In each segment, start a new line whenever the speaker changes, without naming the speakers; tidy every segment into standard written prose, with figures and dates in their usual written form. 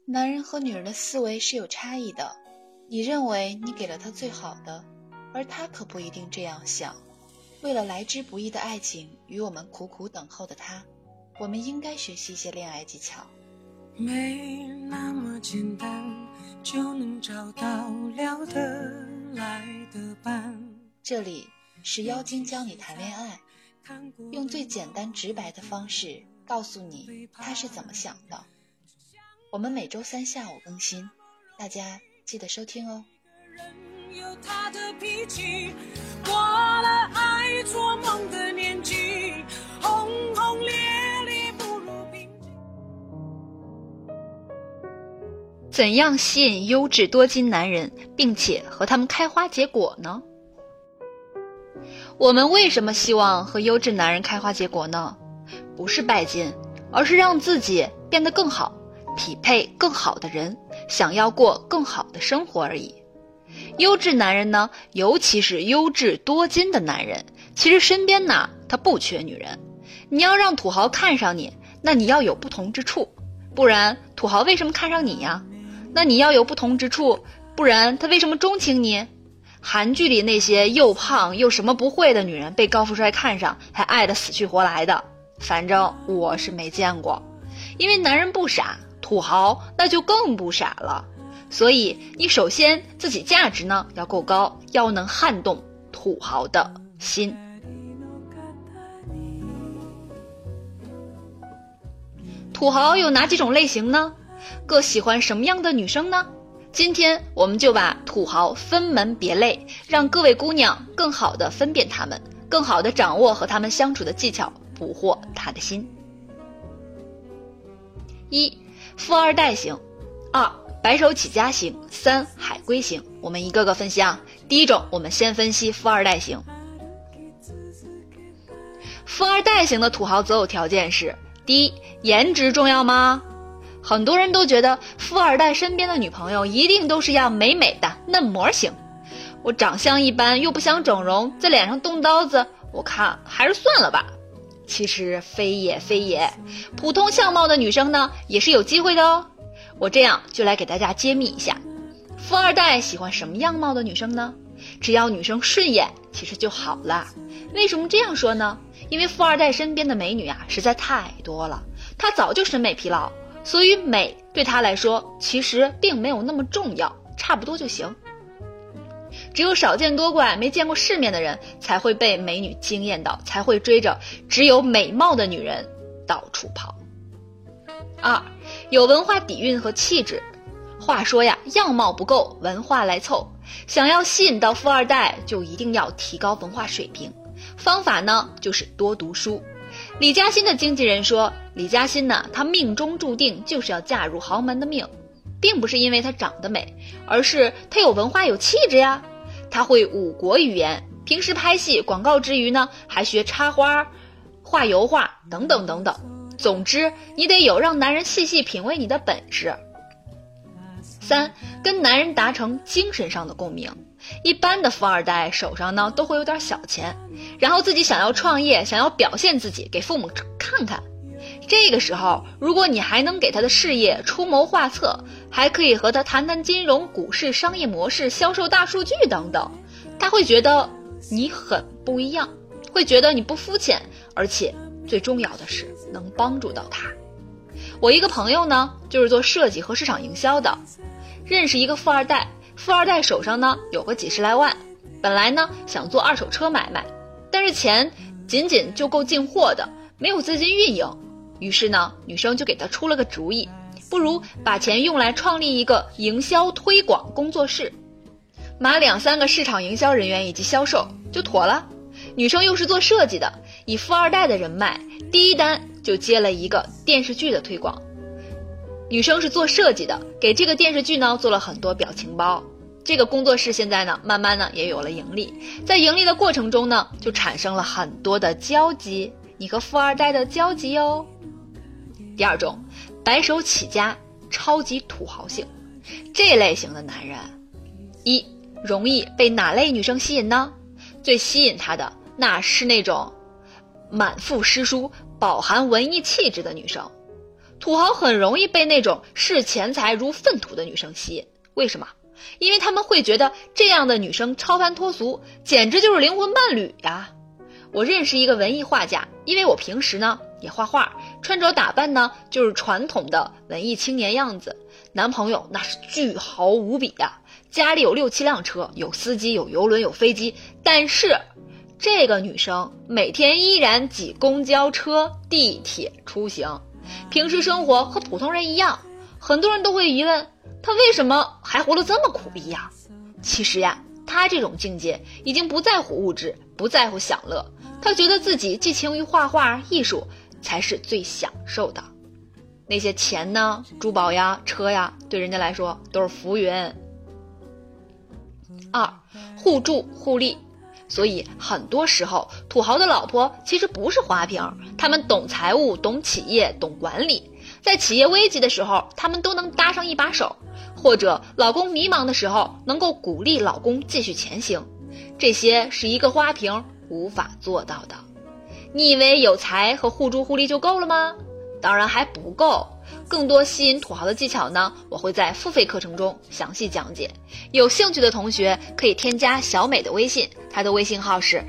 男人和女人的思维是有差异的，你认为你给了他最好的，而他可不一定这样想。为了来之不易的爱情与我们苦苦等候的他，我们应该学习一些恋爱技巧。
没那么简单就能找到聊得来的伴。
这里是妖精教你谈恋爱，用最简单直白的方式告诉你他是怎么想的。我们每周三下午更新，大家记得收听哦。
有他的脾气，过了爱做梦的年纪，轰轰烈烈不如平静。
怎样吸引优质多金男人，并且和他们开花结果呢？我们为什么希望和优质男人开花结果呢？不是拜金，而是让自己变得更好，匹配更好的人，想要过更好的生活而已。优质男人呢，尤其是优质多金的男人，其实身边呢，他不缺女人。你要让土豪看上你，那你要有不同之处，不然土豪为什么看上你呀？那你要有不同之处，不然他为什么钟情你？韩剧里那些又胖又什么不会的女人被高富帅看上，还爱得死去活来的，反正我是没见过。因为男人不傻，土豪那就更不傻了。所以你首先自己价值呢要够高，要能撼动土豪的心。土豪有哪几种类型呢？各喜欢什么样的女生呢？今天我们就把土豪分门别类，让各位姑娘更好地分辨他们，更好地掌握和他们相处的技巧，捕获他的心。1. 富二代型。2. 白手起家型。3. 海归型。我们一个个分析啊。第一种，我们先分析富二代型。富二代型的土豪择偶条件是：第一，颜值重要吗？很多人都觉得富二代身边的女朋友一定都是要美美的嫩模型，我长相一般又不想整容，在脸上动刀子，我看还是算了吧。其实非也非也，普通相貌的女生呢也是有机会的哦。我这样就来给大家揭秘一下，富二代喜欢什么样貌的女生呢？只要女生顺眼其实就好了。为什么这样说呢？因为富二代身边的美女啊实在太多了，他早就审美疲劳，所以美对他来说其实并没有那么重要，差不多就行。只有少见多怪没见过世面的人才会被美女惊艳到，才会追着只有美貌的女人到处跑。2. 有文化底蕴和气质。话说呀，样貌不够，文化来凑。想要吸引到富二代，就一定要提高文化水平。方法呢，就是多读书。李嘉欣的经纪人说，李嘉欣呢，她命中注定就是要嫁入豪门的命，并不是因为她长得美，而是她有文化有气质呀。她会5国语言，平时拍戏广告之余呢，还学插花、画油画等等等等。总之，你得有让男人细细品味你的本事。3. 跟男人达成精神上的共鸣。一般的富二代手上呢都会有点小钱，然后自己想要创业，想要表现自己给父母看看。这个时候，如果你还能给他的事业出谋划策，还可以和他谈谈金融、股市、商业模式、销售大数据等等，他会觉得你很不一样，会觉得你不肤浅，而且最重要的是能帮助到他。我一个朋友呢，就是做设计和市场营销的，认识一个富二代，富二代手上呢有个几十来万，本来呢想做二手车买卖，但是钱仅仅就够进货的，没有资金运营。于是呢，女生就给他出了个主意，不如把钱用来创立一个营销推广工作室，码2-3个市场营销人员以及销售就妥了。女生又是做设计的，以富二代的人脉，第一单就接了一个电视剧的推广。女生是做设计的，给这个电视剧呢做了很多表情包。这个工作室现在呢慢慢呢也有了盈利，在盈利的过程中呢就产生了很多的交集，你和富二代的交集哦。第2种，白手起家超级土豪型。这类型的男人，1. 容易被哪类女生吸引呢？最吸引他的那是那种满腹诗书饱含文艺气质的女生。 土豪很容易被那种视钱财如粪土的女生吸引。为什么？因为他们会觉得这样的女生超凡脱俗，简直就是灵魂伴侣呀。我认识一个文艺画家，因为我平时呢也画画，穿着打扮呢就是传统的文艺青年样子。男朋友那是巨豪无比呀，家里有6、7辆车，有司机，有邮轮，有飞机。但是这个女生每天依然挤公交车、地铁出行，平时生活和普通人一样。很多人都会疑问，她为什么还活得这么苦逼呀？其实呀，她这种境界已经不在乎物质，不在乎享乐，她觉得自己寄情于画画艺术才是最享受的。那些钱呢，珠宝呀，车呀，对人家来说都是浮云。2. 互助互利。所以很多时候土豪的老婆其实不是花瓶，他们懂财务，懂企业，懂管理，在企业危急的时候他们都能搭上一把手，或者老公迷茫的时候能够鼓励老公继续前行，这些是一个花瓶无法做到的。你以为有才和互助互利就够了吗？当然还不够。更多吸引土豪的技巧呢，我会在付费课程中详细讲解。有兴趣的同学可以添加小美的微信，她的微信号是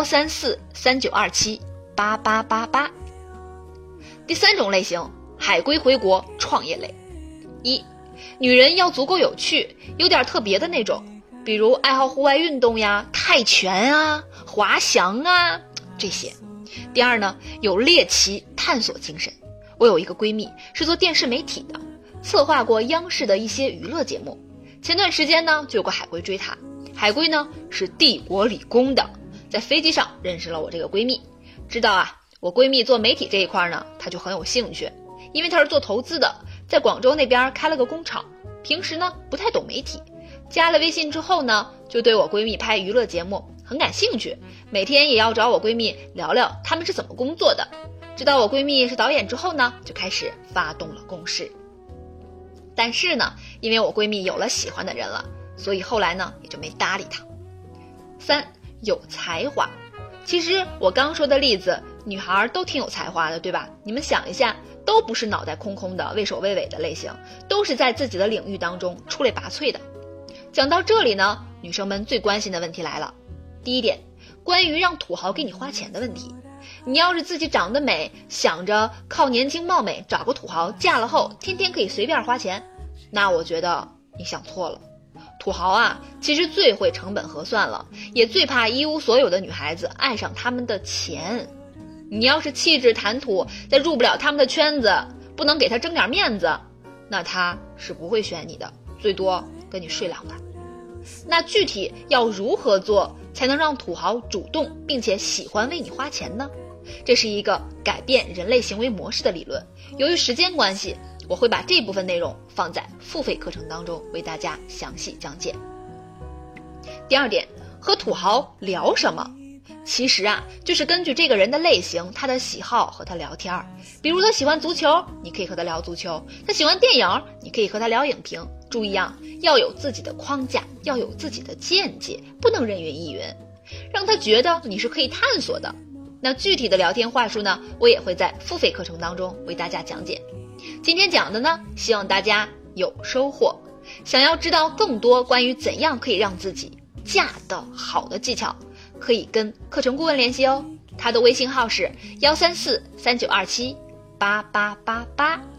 13439278888。第3种类型，海归回国创业类。1. 女人要足够有趣，有点特别的那种，比如爱好户外运动呀，泰拳啊，滑翔啊，这些。第2呢，有猎奇探索精神。我有一个闺蜜是做电视媒体的，策划过央视的一些娱乐节目。前段时间呢，就有个海归追她。海归呢是帝国理工的，在飞机上认识了我这个闺蜜。知道啊，我闺蜜做媒体这一块呢，她就很有兴趣，因为她是做投资的，在广州那边开了个工厂。平时呢不太懂媒体，加了微信之后呢，就对我闺蜜拍娱乐节目很感兴趣，每天也要找我闺蜜聊聊他们是怎么工作的。知道我闺蜜是导演之后呢，就开始发动了攻势。但是呢，因为我闺蜜有了喜欢的人了，所以后来呢也就没搭理她。3. 有才华。其实我刚说的例子，女孩都挺有才华的，对吧？你们想一下，都不是脑袋空空的、畏首畏尾的类型，都是在自己的领域当中出类拔萃的。讲到这里呢，女生们最关心的问题来了。第1点，关于让土豪给你花钱的问题。你要是自己长得美，想着靠年轻貌美找个土豪，嫁了后天天可以随便花钱，那我觉得你想错了。土豪啊，其实最会成本核算了，也最怕一无所有的女孩子爱上他们的钱。你要是气质谈吐再入不了他们的圈子，不能给他争点面子，那他是不会选你的，最多跟你睡2晚。那具体要如何做才能让土豪主动并且喜欢为你花钱呢？这是一个改变人类行为模式的理论。由于时间关系，我会把这部分内容放在付费课程当中为大家详细讲解。第2点，和土豪聊什么？其实啊，就是根据这个人的类型，他的喜好和他聊天。比如他喜欢足球，你可以和他聊足球；他喜欢电影，你可以和他聊影评。注意啊，要有自己的框架，要有自己的见解，不能人云亦云，让他觉得你是可以探索的。那具体的聊天话术呢，我也会在付费课程当中为大家讲解。今天讲的呢，希望大家有收获。想要知道更多关于怎样可以让自己嫁得好的技巧，可以跟课程顾问联系哦。他的微信号是13439278888。